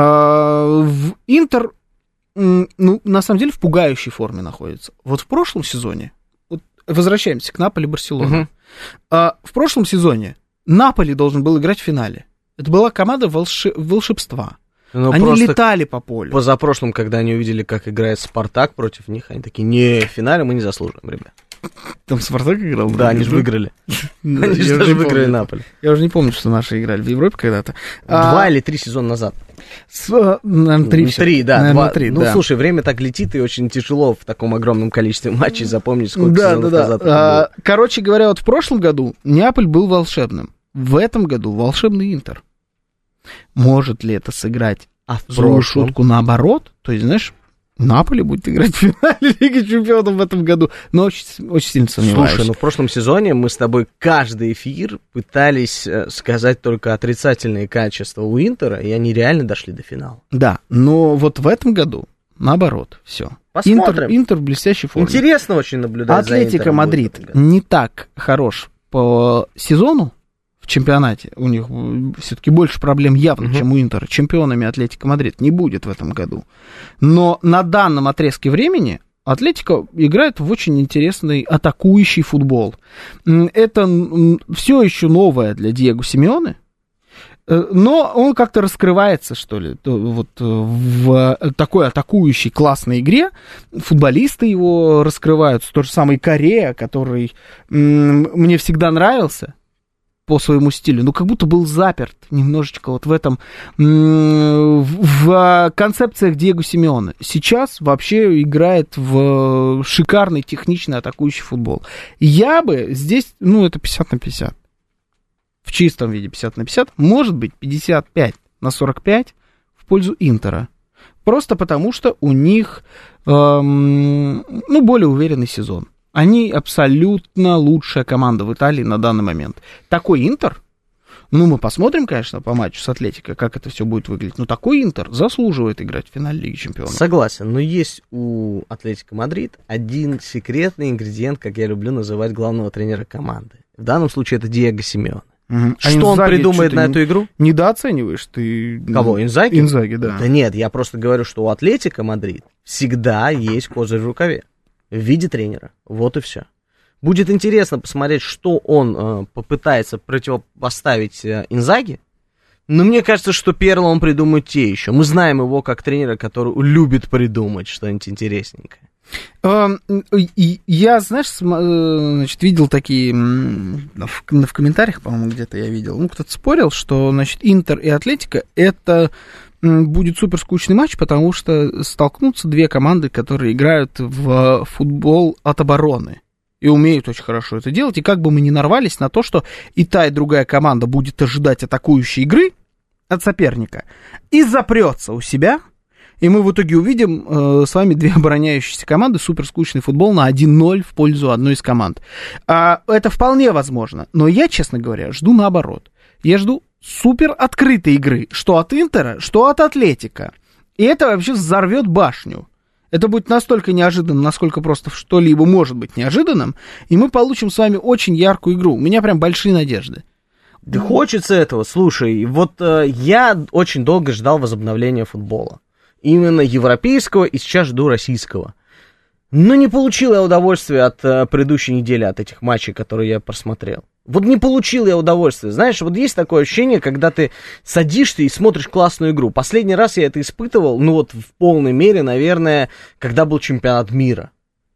В Интер, ну, на самом деле, в пугающей форме находится. Вот в прошлом сезоне, вот возвращаемся к Наполи-Барселоне, uh-huh. в прошлом сезоне Наполи должен был играть в финале. Это была команда волшеб... волшебства. Но они летали по полю. Позапрошлом, когда они увидели, как играет Спартак против них, они такие, не, в финале мы не заслуживаем, ребят. Там Спартак играл? Да, они же выиграли. Они же даже выиграли Наполи. Я уже не помню, что наши играли в Европе когда-то. Два или три сезона назад. Наверное, три. Три, да. Ну, слушай, время так летит, и очень тяжело в таком огромном количестве матчей запомнить, сколько сезонов назад. Короче говоря, вот в прошлом году Неаполь был волшебным. В этом году волшебный Интер. Может ли это сыграть злую шутку наоборот? То есть, знаешь, Наполи будет играть в финале Лиги Чемпионов в этом году, но очень, очень сильно сомневаюсь. Слушай, ну в прошлом сезоне мы с тобой каждый эфир пытались сказать только отрицательные качества у Интера, и они реально дошли до финала. Да, но вот в этом году наоборот, все. Посмотрим. Интер, Интер в блестящей форме. Интересно очень наблюдать за Интером. Атлетико Мадрид не так хорош по сезону в чемпионате. У них все-таки больше проблем явно, uh-huh. чем у Интера. Чемпионами Атлетико Мадрид не будет в этом году. Но на данном отрезке времени Атлетико играет в очень интересный атакующий футбол. Это все еще новое для Диего Симеоне, но он как-то раскрывается, что ли, вот в такой атакующей классной игре. Футболисты его раскрываются. Тот же самый Корея, который мне всегда нравился по своему стилю, но как будто был заперт немножечко вот в этом, в концепциях Диего Симеоне. Сейчас вообще играет в шикарный, техничный, атакующий футбол. Я бы здесь, ну, это пятьдесят на пятьдесят. В чистом виде пятьдесят на пятьдесят. Может быть, пятьдесят пять на сорок пять в пользу Интера. Просто потому, что у них, эм, ну, более уверенный сезон. Они абсолютно лучшая команда в Италии на данный момент. Такой Интер, ну, мы посмотрим, конечно, по матчу с Атлетико, как это все будет выглядеть, но такой Интер заслуживает играть в финале Лиги Чемпионов. Согласен, но есть у Атлетико Мадрид один секретный ингредиент, как я люблю называть главного тренера команды. В данном случае это Диего Симеоне. Угу. Что а он Инзаги, придумает на эту игру? Недооцениваешь ты... Кого, Инзаги? Инзаги, да. Да нет, я просто говорю, что у Атлетико Мадрид всегда есть козырь в рукаве. В виде тренера. Вот и все. Будет интересно посмотреть, что он э, попытается противопоставить э, Инзаги. Но мне кажется, что Перло он придумает те еще. Мы знаем его как тренера, который любит придумать что-нибудь интересненькое. Я, знаешь, значит, видел такие, в, в комментариях, по-моему, где-то я видел, ну, кто-то спорил, что, значит, Интер и Атлетико это будет супер скучный матч, потому что столкнутся две команды, которые играют в футбол от обороны и умеют очень хорошо это делать, и как бы мы ни нарвались на то, что и та, и другая команда будет ожидать атакующей игры от соперника и запрется у себя, и мы в итоге увидим э, с вами две обороняющиеся команды, супер скучный футбол на один ноль в пользу одной из команд. А, это вполне возможно, но я, честно говоря, жду наоборот. Я жду супер открытой игры, что от Интера, что от Атлетико. И это вообще взорвет башню. Это будет настолько неожиданно, насколько просто что-либо может быть неожиданным, и мы получим с вами очень яркую игру. У меня прям большие надежды. Да хочется этого, слушай, вот э, я очень долго ждал возобновления футбола. Именно европейского, и сейчас жду российского. Но не получил я удовольствия от э, предыдущей недели, от этих матчей, которые я просмотрел. Вот не получил я удовольствия. Знаешь, вот есть такое ощущение, когда ты садишься и смотришь классную игру. Последний раз я это испытывал, ну вот в полной мере, наверное, когда был чемпионат мира.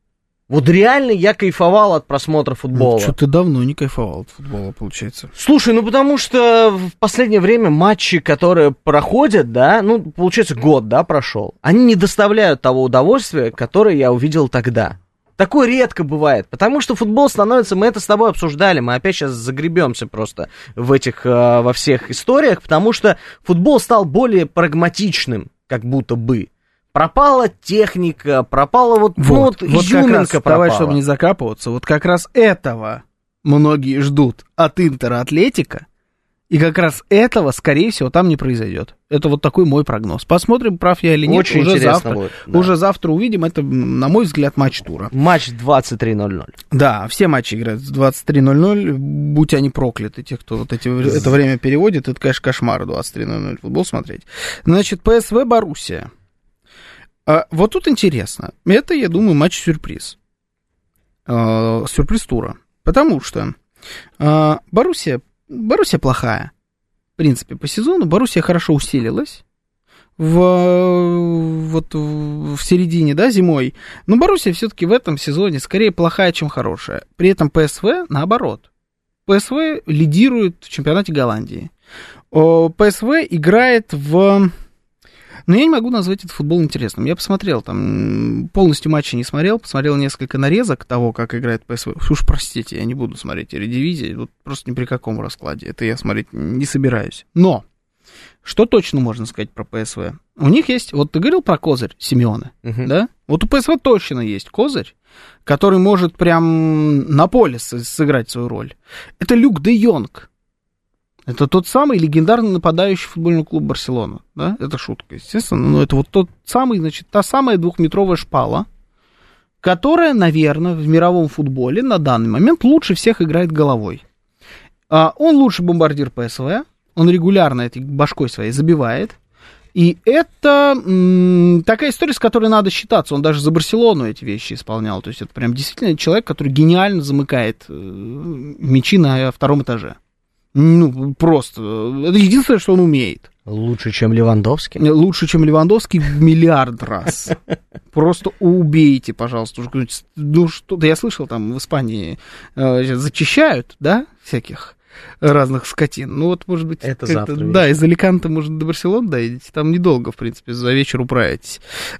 Вот реально я кайфовал от просмотра футбола. Что ты давно не кайфовал от футбола, получается. Слушай, ну потому что в последнее время матчи, которые проходят, да, ну, получается, год, да, прошел, они не доставляют того удовольствия, которое я увидел тогда. Такое редко бывает, потому что футбол становится, мы это с тобой обсуждали, мы опять сейчас загребемся просто в этих, э, во всех историях, потому что футбол стал более прагматичным, как будто бы. Пропала техника, пропала вот, вот, ну, вот изюминка пропала. Давай, чтобы не закапываться, вот как раз этого многие ждут от Интера Атлетико, и как раз этого, скорее всего, там не произойдет. Это вот такой мой прогноз. Посмотрим, прав я или нет. Очень уже интересно завтра, будет. Да. Уже завтра увидим. Это, на мой взгляд, матч тура. Матч двадцать три ноль ноль. Да, все матчи играют в двадцать три ноль ноль. Будь они прокляты, те, кто вот эти, это время переводит. Это, конечно, кошмар двадцать три ноль ноль футбол смотреть. Значит, ПСВ Боруссия. А, вот тут интересно. Это, я думаю, матч-сюрприз. А, сюрприз тура. Потому что а, Боруссия Боруссия плохая. В принципе, по сезону Боруссия хорошо усилилась в, вот, в середине, да, зимой. Но Боруссия все-таки в этом сезоне скорее плохая, чем хорошая. При этом ПСВ наоборот. ПСВ лидирует в чемпионате Голландии. ПСВ играет в... Но я не могу назвать этот футбол интересным. Я посмотрел там, полностью матча не смотрел, посмотрел несколько нарезок того, как играет ПСВ. Уж простите, я не буду смотреть Эредивизию, вот просто ни при каком раскладе. Это я смотреть не собираюсь. Но, что точно можно сказать про ПСВ? У них есть, вот ты говорил про козырь Симеоне, uh-huh. да? Вот у ПСВ точно есть козырь, который может прям на поле сыграть свою роль. Это Люк де Йонг. Это тот самый легендарный нападающий футбольный клуб Барселона, да? Это шутка, естественно, но это вот тот самый, значит, та самая двухметровая шпала, которая, наверное, в мировом футболе на данный момент лучше всех играет головой. А он лучший бомбардир ПСВ, он регулярно этой башкой своей забивает, И это м, такая история, с которой надо считаться. Он даже за Барселону эти вещи исполнял. То есть это прям действительно человек, который гениально замыкает мячи на втором этаже. Ну, просто. Это единственное, что он умеет. Лучше, чем Левандовский? Лучше, чем Левандовский в миллиард раз. Просто убейте, пожалуйста. Ну, что-то я слышал, там в Испании э, зачищают, да, всяких разных скотин. Ну, вот, может быть... Это завтра. Да, из Аликанте, может, до Барселоны доедете. Там недолго, в принципе, за вечер управитесь.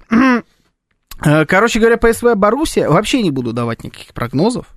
Короче говоря, ПСВ Боруссия. Вообще не буду давать никаких прогнозов.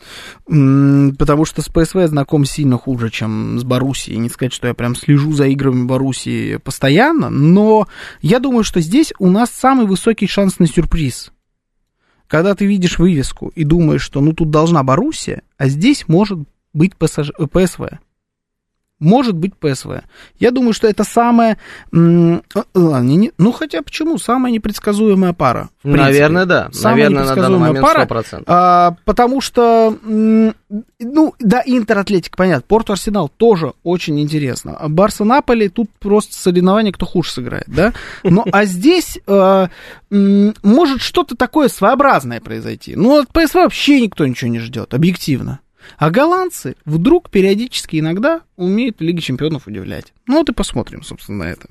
Потому что с ПСВ знаком сильно хуже, чем с Боруссией. Не сказать, что я прям слежу за играми Боруссии постоянно, но я думаю, что здесь у нас самый высокий шанс на сюрприз. Когда ты видишь вывеску и думаешь, что ну тут должна Боруссия, а здесь может быть ПСЖ, ПСВ. Может быть ПСВ. Я думаю, что это самая... Ладно, не, ну, хотя почему? Самая непредсказуемая пара. Наверное, да. Самая Наверное, на данный момент пара, сто процентов. А, потому что, ну, да, Интер Атлетик, понятно. Порту Арсенал тоже очень интересно. А Барса Наполи, тут просто соревнование, кто хуже сыграет, да? Ну, а здесь а, может что-то такое своеобразное произойти. Ну, от ПСВ вообще никто ничего не ждет, объективно. А голландцы вдруг периодически иногда умеют Лиги Чемпионов удивлять. Ну вот и посмотрим, собственно, на это.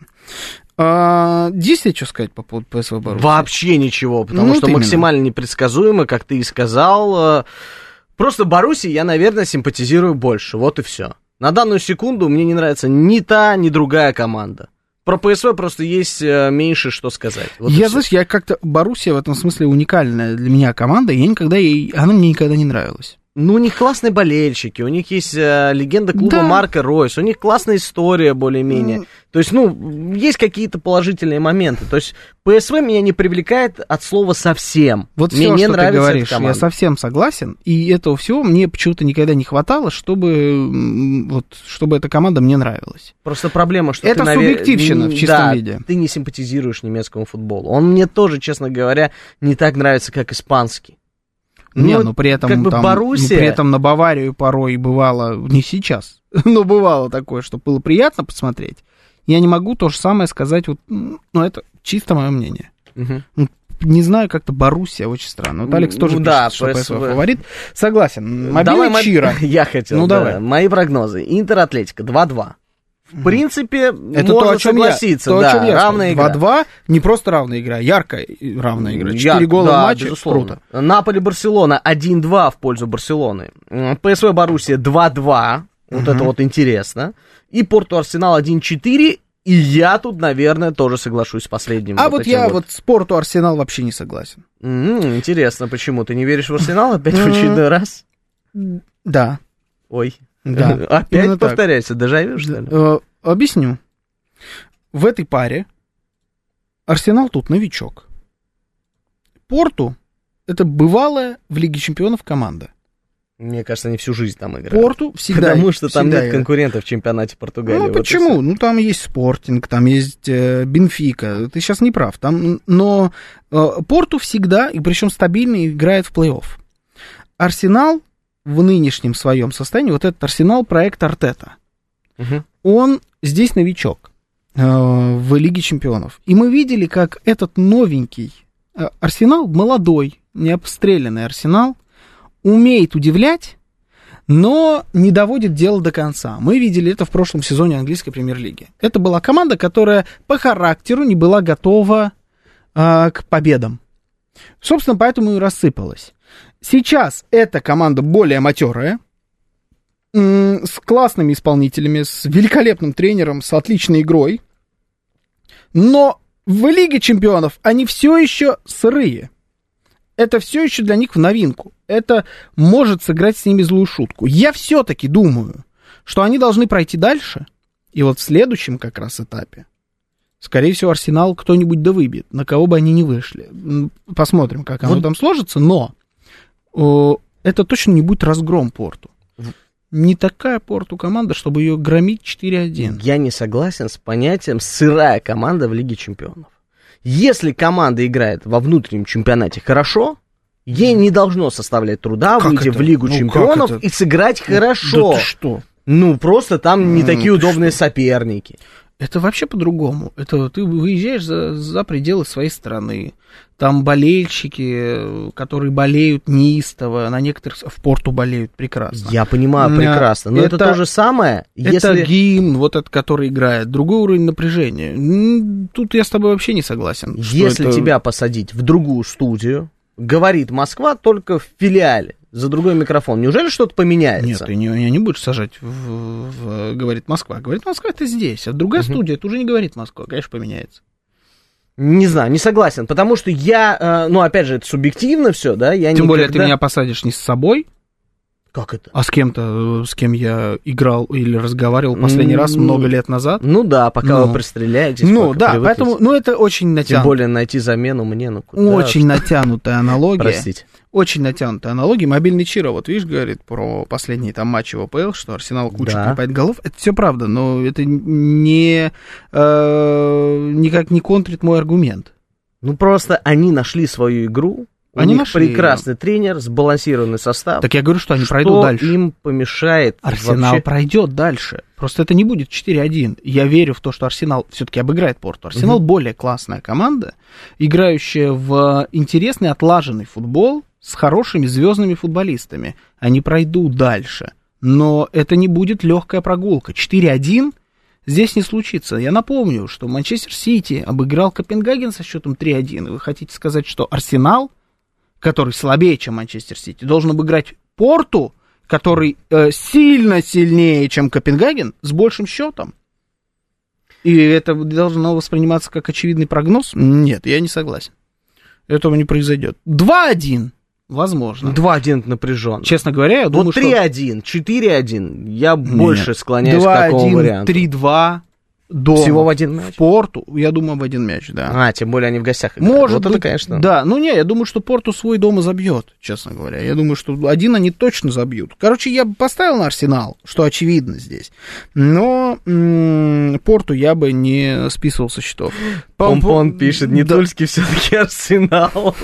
А, есть ли что сказать по поводу ПСВ Боруссии? Вообще ничего, потому ну, что вот максимально именно непредсказуемо, как ты и сказал. Просто Боруссии я, наверное, симпатизирую больше, вот и все. На данную секунду мне не нравится ни та, ни другая команда. Про ПСВ просто есть меньше что сказать. Вот я, знаешь, я как-то... Боруссия в этом смысле уникальная для меня команда, и я никогда ей... она мне никогда не нравилась. Ну, у них классные болельщики, у них есть э, легенда клуба да. Марко Ройс, у них классная история более-менее. Mm. То есть, ну, есть какие-то положительные моменты. То есть, ПСВ меня не привлекает от слова совсем. Вот мне все, не что нравится ты говоришь, эта команда. Я совсем согласен. И этого всего мне почему-то никогда не хватало, чтобы, вот, чтобы эта команда мне нравилась. Просто проблема, что это ты... Это субъективщина в чистом да, виде. Ты не симпатизируешь немецкому футболу. Он мне тоже, честно говоря, не так нравится, как испанский. Не, но, но при этом, как бы там, Боруссия... при этом на Баварию порой бывало, не сейчас, но бывало такое, что было приятно посмотреть. Я не могу то же самое сказать, вот, ну, это чисто мое мнение. Угу. Не знаю, как-то Боруссия очень странно. Вот Алекс тоже ну, пишет, да, что ПСВ ПСВ фаворит. Согласен. Мобильный давай, Чиро. Я хотел, ну, да. давай. Мои прогнозы. Интер Атлетико два-два. В принципе, это можно то, о чем согласиться, я, то, да, о чем я равная игра. два-два, не просто равная игра, яркая равная игра. Четыре Яр... гола да, в матче, безусловно. круто. Наполи-Барселона один-два в пользу Барселоны. ПСВ Боруссия два-два, вот uh-huh. это вот интересно. И Порту Арсенал один-четыре, и я тут, наверное, тоже соглашусь с последним. А вот, вот я вот... вот с Порту Арсенал вообще не согласен. Mm-hmm, интересно, почему? Ты не веришь в Арсенал опять в очередной раз? Да. Ой. Да. Опять повторяется, дежавю, что ли? Объясню. В этой паре Арсенал тут новичок. Порту — это бывалая в Лиге Чемпионов команда. Мне кажется, они всю жизнь там играют. Порту всегда. Потому что там нет играет. конкурентов в чемпионате Португалии. Ну, вот почему? Ну, там есть Спортинг, там есть э, Бенфика. Ты сейчас не прав. Там, но э, Порту всегда, и причем стабильно, играет в плей-офф. Арсенал в нынешнем своем состоянии, вот этот Арсенал, проект Артета, угу. он здесь новичок э, в Лиге Чемпионов. И мы видели, как этот новенький э, Арсенал, молодой, необстрелянный Арсенал, умеет удивлять, но не доводит дело до конца. Мы видели это в прошлом сезоне английской премьер-лиги. Это была команда, которая по характеру не была готова э, к победам. Собственно, поэтому и рассыпалась. Сейчас эта команда более матерая, м- с классными исполнителями, с великолепным тренером, с отличной игрой. Но в Лиге Чемпионов они все еще сырые. Это все еще для них в новинку. Это может сыграть с ними злую шутку. Я все-таки думаю, что они должны пройти дальше. И вот в следующем как раз этапе, скорее всего, Арсенал кто-нибудь да выбьет, на кого бы они ни вышли. Посмотрим, как оно вот там сложится. Но о, это точно не будет разгром Порту. Не такая Порту команда, чтобы ее громить четыре один. Я не согласен с понятием «сырая команда в Лиге Чемпионов». Если команда играет во внутреннем чемпионате хорошо, ей не должно составлять труда как выйти это? в Лигу ну, Чемпионов и сыграть ну, хорошо. Да ты что? Ну, просто там не такие удобные соперники. Это вообще по-другому. Это ты выезжаешь за, за пределы своей страны. Там болельщики, которые болеют неистово, на некоторых в Порту болеют прекрасно. Я понимаю прекрасно, но это, это то же самое. Это если... гимн, вот этот, который играет, другой уровень напряжения. Тут я с тобой вообще не согласен. Если это... тебя посадить в другую студию, говорит Москва только в филиале, за другой микрофон, неужели что-то поменяется? Нет, ты не, не будешь сажать в, в, в говорит Москва. Говорит Москва, это здесь, а другая угу. студия, это уже не говорит Москва, конечно, поменяется. Не знаю, не согласен, потому что я, ну, опять же, это субъективно все, да, я Тем никогда... более ты меня посадишь не с собой, как это? А с кем-то, с кем я играл или разговаривал последний mm-hmm. раз много лет назад. Ну да, пока ну. вы пристреляетесь. Ну да, привыкнете. Поэтому, ну это очень натянуто. Тем более найти замену мне, ну куда? Очень натянутая аналогия. Простите. Очень натянутая аналогия. Мобильный Чиро, вот видишь, говорит про последние там матчи в АПЛ, что Арсенал лучше да. клепает голов. Это все правда, но это не, э, никак не контрит мой аргумент. Ну просто они нашли свою игру. У они них нашли прекрасный тренер, сбалансированный состав. Так я говорю, что они что пройдут дальше. Что им помешает? Арсенал вообще... пройдет дальше. Просто это не будет четыре один. Я верю в то, что Арсенал все-таки обыграет Порту. Арсенал угу. более классная команда, играющая в интересный, отлаженный футбол с хорошими звездными футболистами. Они пройдут дальше. Но это не будет легкая прогулка. четыре один здесь не случится. Я напомню, что Манчестер Сити обыграл Копенгаген со счетом три один. И вы хотите сказать, что Арсенал, который слабее, чем Манчестер Сити, должен обыграть Порту, который э, сильно сильнее, чем Копенгаген, с большим счетом? И это должно восприниматься как очевидный прогноз? Нет, я не согласен. Этого не произойдет. два один. Возможно. два один напряженно. Честно говоря, я думаю, вот три один, что... четыре один, я Нет. больше склоняюсь к такому варианту. три два дома. Всего в один мяч? В Порту, я думаю, в один мяч, да. А, тем более они в гостях играют. Может вот быть, это, конечно. Да, ну не, я думаю, что Порту свой дома забьет, честно говоря. Я думаю, что один они точно забьют. Короче, я бы поставил на Арсенал, что очевидно здесь. Но м- Порту я бы не списывал со счетов. Помпон пишет, не да. Тульский все-таки Арсенал.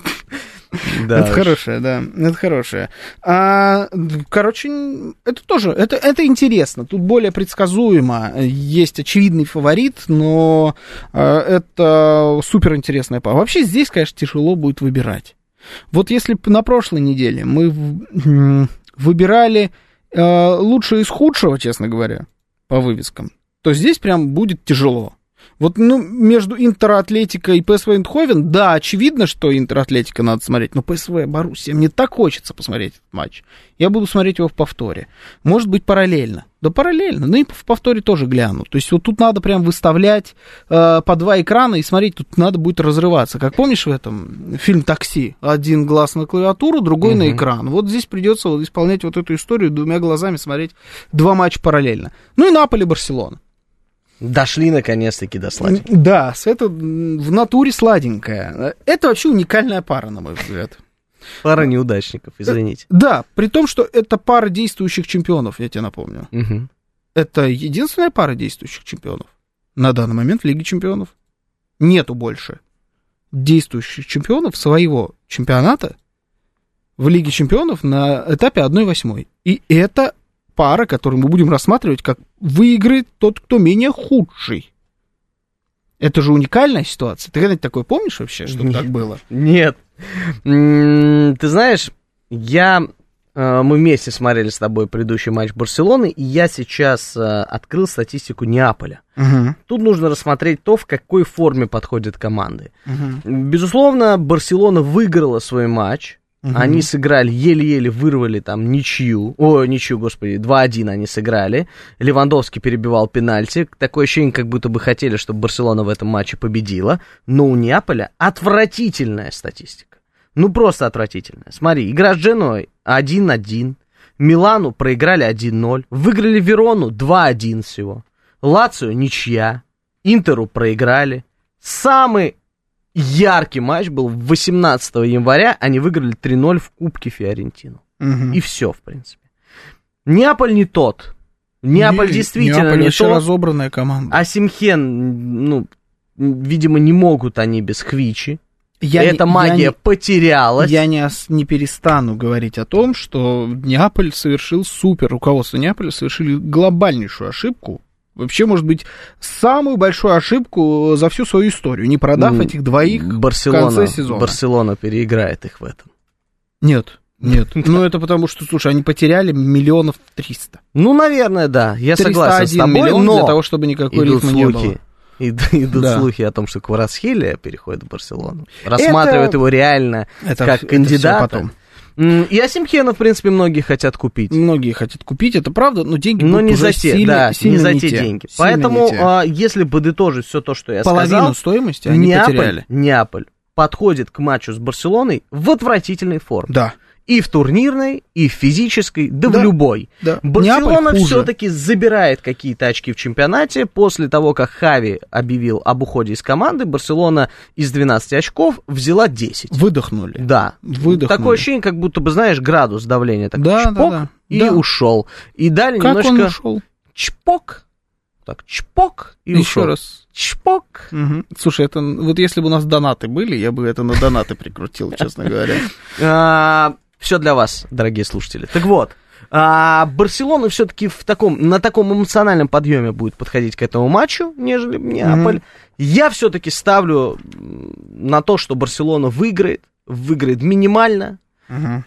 Да, это хорошее, да, это хорошее. А, короче, это тоже, это, это интересно. Тут более предсказуемо. Есть очевидный фаворит, но а, это суперинтересная пара. Вообще здесь, конечно, тяжело будет выбирать. Вот если на прошлой неделе мы в, выбирали а, лучшее из худшего, честно говоря, по вывескам, то здесь прям будет тяжело. Вот, ну, между Интер-Атлетико и ПСВ Эйндховен, да, очевидно, что Интер-Атлетико надо смотреть, но ПСВ Боруссия, мне так хочется посмотреть этот матч. Я буду смотреть его в повторе. Может быть, параллельно. Да, параллельно, но и в повторе тоже гляну. То есть вот тут надо прям выставлять э, по два экрана и смотреть, тут надо будет разрываться. Как помнишь в этом фильм «Такси»? Один глаз на клавиатуру, другой угу. на экран. Вот здесь придется вот исполнять вот эту историю, двумя глазами смотреть два матча параллельно. Ну и Наполи-Барселона. Дошли наконец-таки до сладенького. Да, это в натуре сладенькая. Это вообще уникальная пара, на мой взгляд. Пара неудачников, извините. Да, при том, что это пара действующих чемпионов, я тебе напомню. Угу. Это единственная пара действующих чемпионов на данный момент в Лиге чемпионов. Нету больше действующих чемпионов своего чемпионата в Лиге чемпионов на этапе одна восьмая. И это пара, которую мы будем рассматривать, как выиграет тот, кто менее худший. Это же уникальная ситуация. Ты когда-нибудь такое помнишь вообще, что так было? Нет. Ты знаешь, я... Мы вместе смотрели с тобой предыдущий матч Барселоны, и я сейчас открыл статистику Неаполя. Угу. Тут нужно рассмотреть то, в какой форме подходят команды. Угу. Безусловно, Барселона выиграла свой матч. Uh-huh. Они сыграли, еле-еле вырвали там ничью. О, ничью, господи, два один они сыграли. Левандовский перебивал пенальти. Такое ощущение, как будто бы хотели, чтобы Барселона в этом матче победила. Но у Неаполя отвратительная статистика. Ну, просто отвратительная. Смотри, игра с Дженой один один. Милану проиграли один ноль. Выиграли Верону два один всего. Лацио ничья. Интеру проиграли. Самый яркий матч был восемнадцатого января, они выиграли три ноль в Кубке Фиорентину. Угу. И все, в принципе. Неаполь не тот. Неаполь не, действительно Неаполь не вообще тот. разобранная команда. А Симхен, ну, видимо, не могут они без Хвичи. Я Эта не, магия я потерялась. Я не, не перестану говорить о том, что Неаполь совершил супер, руководство Неаполя совершили глобальнейшую ошибку вообще, может быть, самую большую ошибку за всю свою историю, не продав mm, этих двоих Барселона, в конце сезона. Барселона переиграет их в этом. Нет. Нет, ну это потому что, слушай, они потеряли миллионов триста. Ну, наверное, да, я согласен с тобой, но для того, чтобы никакой рифмы не было. Идут да. слухи о том, что Кварацхелия переходит в Барселону. Рассматривают это... его реально это, как это кандидата. И Асимхена, в принципе, многие хотят купить. Многие хотят купить, это правда, но деньги но будут не уже за те, сильно, да, сильно не за не те те. деньги. Сильно Поэтому, те. А, если подытожить все то, что я Половину сказал... Половину стоимости они Неаполь, потеряли. Неаполь подходит к матчу с Барселоной в отвратительной форме. Да. И в турнирной, и в физической, да, да в любой. Да. Барселона все-таки забирает какие-то очки в чемпионате. После того, как Хави объявил об уходе из команды, Барселона из двенадцати очков взяла десять. Выдохнули. Да. Выдохнули. Такое ощущение, как будто бы, знаешь, градус давления. Так, да, чпок, да, да. И да. ушел. И дали как немножко... он ушел? Чпок. Так, чпок и Еще ушел. раз. Чпок. Угу. Слушай, это вот если бы у нас донаты были, я бы это на донаты прикрутил, честно говоря. Все для вас, дорогие слушатели. Так вот, а, Барселона все-таки в таком, на таком эмоциональном подъеме будет подходить к этому матчу, нежели Неаполь. Mm-hmm. Я все-таки ставлю на то, что Барселона выиграет, выиграет минимально. Mm-hmm.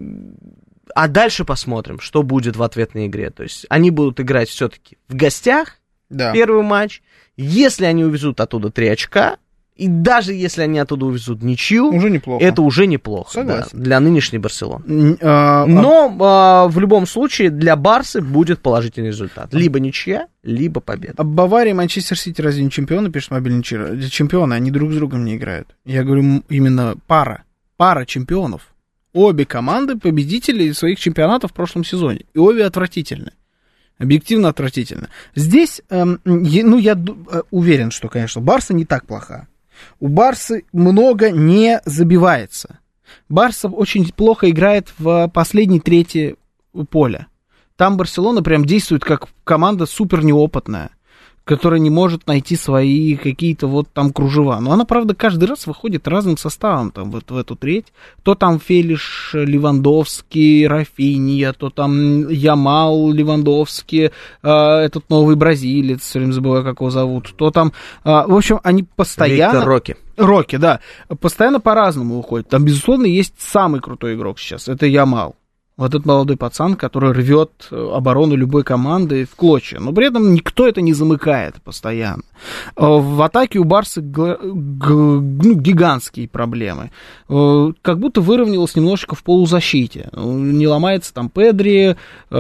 А дальше посмотрим, что будет в ответной игре. То есть они будут играть все-таки в гостях, да. Первый матч. Если они увезут оттуда три очка, и даже если они оттуда увезут ничью, уже неплохо. Это уже неплохо. Согласен. Да, для нынешней Барселоны. А, Но а, в любом случае для Барсы будет положительный результат. Либо ничья, либо победа. А Бавария и Манчестер Сити разве не чемпионы, пишет мобильный чемпионы? Они друг с другом не играют. Я говорю, именно пара. Пара чемпионов. Обе команды победители своих чемпионатов в прошлом сезоне. И обе отвратительны. Объективно отвратительно. Здесь, эм, ну, я э, уверен, что, конечно, Барса не так плоха. У Барсы много не забивается. Барса очень плохо играет в последней трети поля. Там Барселона прям действует как команда супер неопытная, которая не может найти свои какие-то вот там кружева. Но она, правда, каждый раз выходит разным составом там, вот в эту треть. То там Фелиш, Левандовский, Рафинья, то там Ямал, Левандовский, э, этот новый бразилец, все время забываю, как его зовут. То там, э, в общем, они постоянно... Виктор Рокки. Рокки, да. Постоянно по-разному уходят. Там, безусловно, есть самый крутой игрок сейчас. Это Ямал. Вот этот молодой пацан, который рвет оборону любой команды в клочья. Но при этом никто это не замыкает постоянно. В атаке у Барсы г- г- ну, гигантские проблемы. Как будто выровнялось немножечко в полузащите. Не ломается там Педри,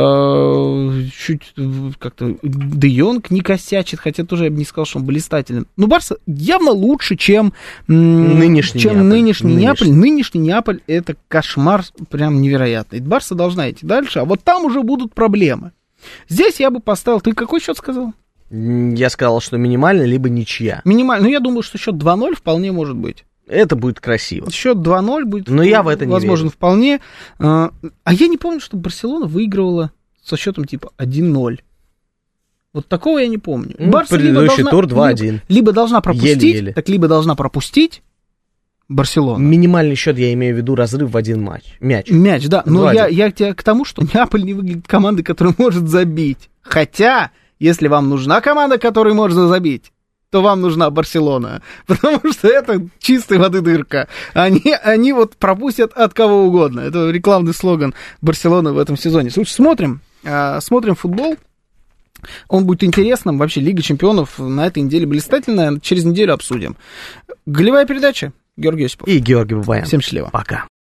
чуть как-то Де Йонг не косячит, хотя тоже я бы не сказал, что он блистателен. Но Барса явно лучше, чем нынешний, чем Неаполь. нынешний нынешний. Неаполь. Нынешний Неаполь — это кошмар прям невероятный. Барса должна идти дальше, а вот там уже будут проблемы. Здесь я бы поставил... Ты какой счет сказал? Я сказал, что минимально, либо ничья. Минимально. Ну, я думаю, что счет два ноль вполне может быть. Это будет красиво. Счет два ноль будет. Но я в это не возможно, верю. Вполне. А я не помню, что Барселона выигрывала со счетом типа один ноль. Вот такого я не помню. Ну, Барса предыдущий либо тур два один. Либо, либо должна пропустить, Еле-еле. так либо должна пропустить Барселона. Минимальный счет, я имею в виду разрыв в один матч. Мяч. Мяч, да. Но два один. я, я тебя к тому, что Неаполь не выглядит командой, которая может забить. Хотя, если вам нужна команда, которой можно забить, то вам нужна Барселона. Потому что это чистой воды дырка. Они, они вот пропустят от кого угодно. Это рекламный слоган Барселоны в этом сезоне. Слушай, смотрим. Э, смотрим футбол. Он будет интересным. Вообще, Лига чемпионов на этой неделе блистательная. Через неделю обсудим. Голевая передача. Георгий Осипов. И Георгий Бабаян. Всем счастливо. Пока.